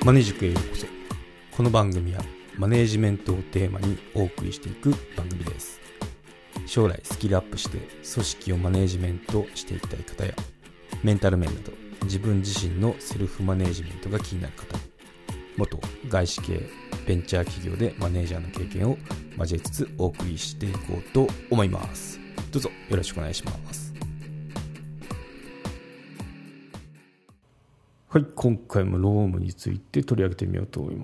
マネ塾へようこそ。この番組はマネージメントをテーマにお送りしていく番組です。将来スキルアップして組織をマネージメントしていきたい方や、メンタル面など自分自身のセルフマネージメントが気になる方、元外資系ベンチャー企業でマネージャーの経験を交えつつお送りしていこうと思います。どうぞよろしくお願いします。はい、今回も労務について取り上げてみようと思います。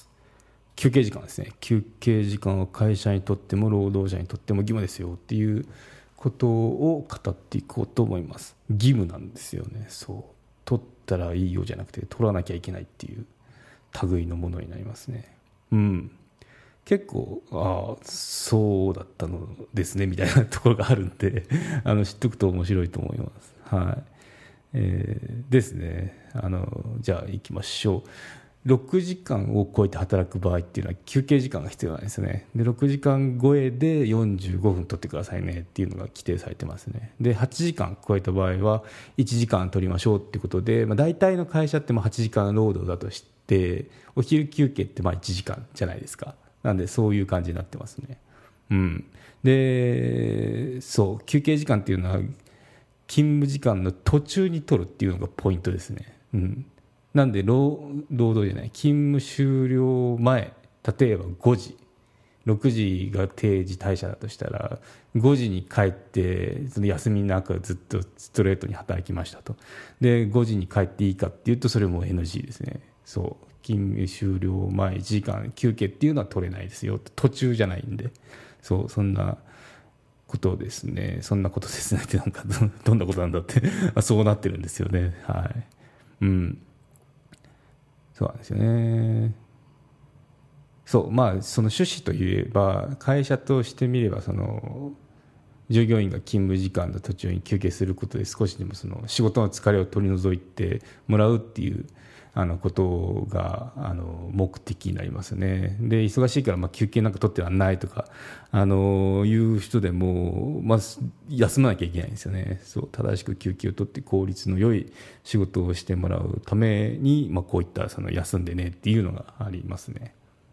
休憩時間ですね。休憩時間は会社にとっても労働者にとっても義務ですよっていうことを語っていこうと思います。義務なんですよね。そう取ったらいいよじゃなくて取らなきゃいけないっていう類のものになりますね。結構そうだったのですねみたいなところがあるんで知っておくと面白いと思います。はい。ですね。じゃあ行きましょう。6時間を超えて働く場合っていうのは休憩時間が必要なんですね。で6時間超えで45分取ってくださいねっていうのが規定されてますね。で8時間超えた場合は1時間取りましょうっていうことで、大体の会社って8時間労働だとしてお昼休憩って1時間じゃないですか。なんでそういう感じになってますね。でそう休憩時間っていうのは勤務時間の途中に取るっていうのがポイントですね。なんで労働じゃない勤務終了前、例えば5時6時が定時退社だとしたら5時に帰ってその休みなくずっとストレートに働きましたと。で5時に帰っていいかっていうとそれも NG ですね。そう勤務終了前1時間休憩っていうのは取れないですよ。途中じゃないんで、そんなことですね。そんなことですねってなんかどんなことなんだってそうなってるんですよね。はい。そうなんですよね。その趣旨といえば会社としてみればその従業員が勤務時間の途中に休憩することで少しでもその仕事の疲れを取り除いてもらうっていうことが目的になりますね。で忙しいから休憩なんか取ってらんないとかいう人でも、休まなきゃいけないんですよね。そう正しく休憩を取って効率の良い仕事をしてもらうために、こういったその休んでねっていうのがありますね。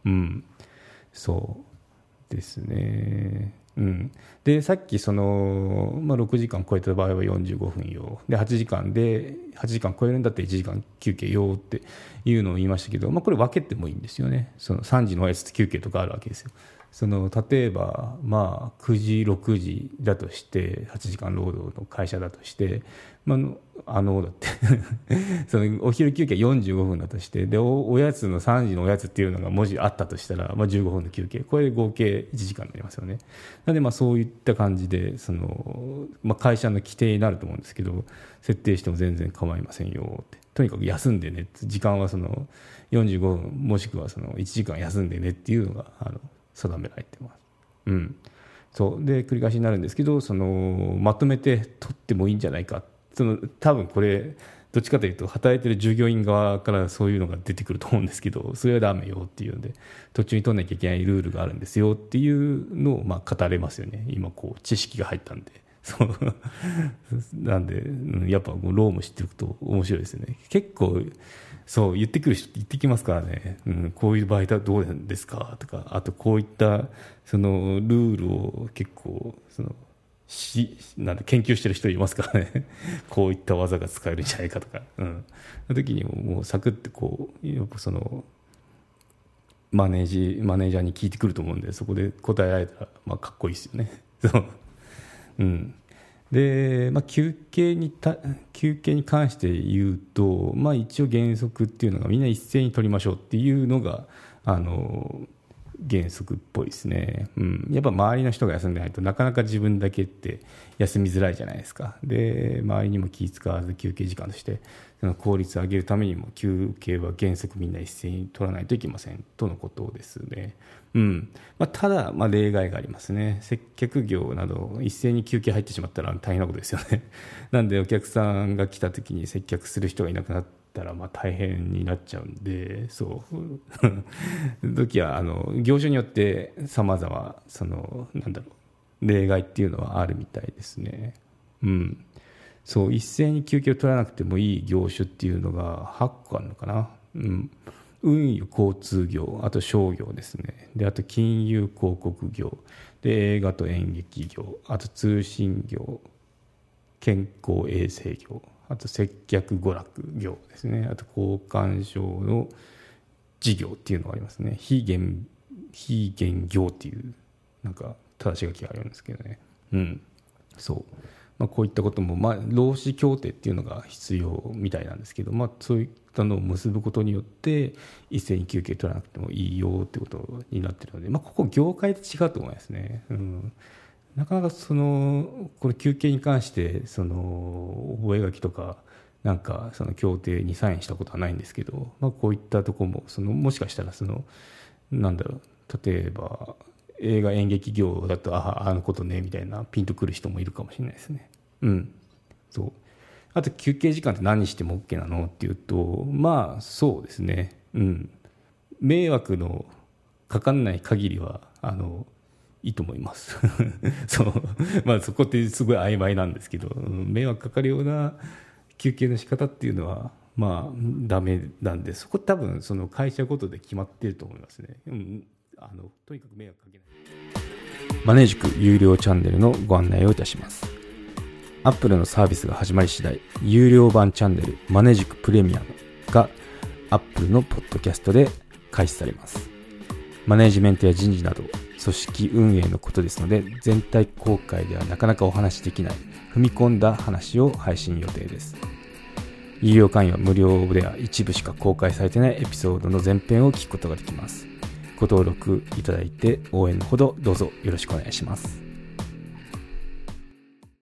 そうですね。でさっき6時間超えた場合は45分用で8時間超えるんだったら1時間休憩用っていうのを言いましたけど、これ分けてもいいんですよね。その3時のおやつ休憩とかあるわけですよ。例えば9時6時だとして8時間労働の会社だとしてだってそのお昼休憩45分だとしてで おやつの3時のおやつっていうのがもしあったとしたら、15分の休憩、これで合計1時間になりますよね。なのでそういった感じで会社の規定になると思うんですけど、設定しても全然構いませんよって。とにかく休んでね、時間は45分もしくは1時間休んでねっていうのが定められてます。そうで繰り返しになるんですけど、まとめて取ってもいいんじゃないか。多分これどっちかというと働いてる従業員側からそういうのが出てくると思うんですけど、それはダメよっていうので途中に取らなきゃいけないルールがあるんですよっていうのを語れますよね。今知識が入ったんでなんでやっぱ労務知っておくと面白いですよね。結構言ってくる人言ってきますからね。こういう場合はどうなんですかとか、あとこういったルールを結構なんで研究してる人いますからねこういった技が使えるんじゃないかとか、その時にもうサクッてやっぱマネージャーに聞いてくると思うんで、そこで答えられたらかっこいいですよねで、休憩に関して言うと、一応原則っていうのがみんな一斉に取りましょうっていうのが原則っぽいですね。やっぱ周りの人が休んでないとなかなか自分だけって休みづらいじゃないですか。で周りにも気使わず休憩時間としてその効率を上げるためにも休憩は原則みんな一斉に取らないといけませんとのことですね。ただ、例外がありますね。接客業など一斉に休憩入ってしまったら大変なことですよね。なんでお客さんが来た時に接客する人がいなくなったら大変になっちゃうんで、時は業種によって様々例外っていうのはあるみたいですね。一斉に休憩を取らなくてもいい業種っていうのが8個あるのかな。 運輸交通業、あと商業ですね。で、あと金融広告業、で映画と演劇業、あと通信業、健康衛生業、あと接客娯楽業ですね。あと交換省の事業っていうのがありますね。非現業っていうなんか正し書きがあるんですけどね。そう。こういったことも、労使協定っていうのが必要みたいなんですけど、そういったのを結ぶことによって一斉に休憩取らなくてもいいよってことになってるので、ここ業界で違うと思いますね。なかなかこの休憩に関して覚書とかなんかその協定にサインしたことはないんですけど、こういったところももしかしたらなんだろう、例えば映画演劇業だとあのことねみたいなピンとくる人もいるかもしれないですね。そう。あと休憩時間って何しても OK なのっていうと、そうですね。迷惑のかかんない限りはいいと思いますそうそこってすごい曖昧なんですけど、迷惑かかるような休憩の仕方っていうのはダメなんで、そこ多分会社ごとで決まっていると思いますね。とにかく迷惑かけない。マネジク有料チャンネルのご案内をいたします。アップルのサービスが始まり次第、有料版チャンネルマネジクプレミアムがアップルのポッドキャストで開始されます。マネジメントや人事など組織運営のことですので、全体公開ではなかなかお話しできない踏み込んだ話を配信予定です。有料会員は無料では一部しか公開されていないエピソードの前編を聞くことができます。ご登録いただいて応援のほどどうぞよろしくお願いします。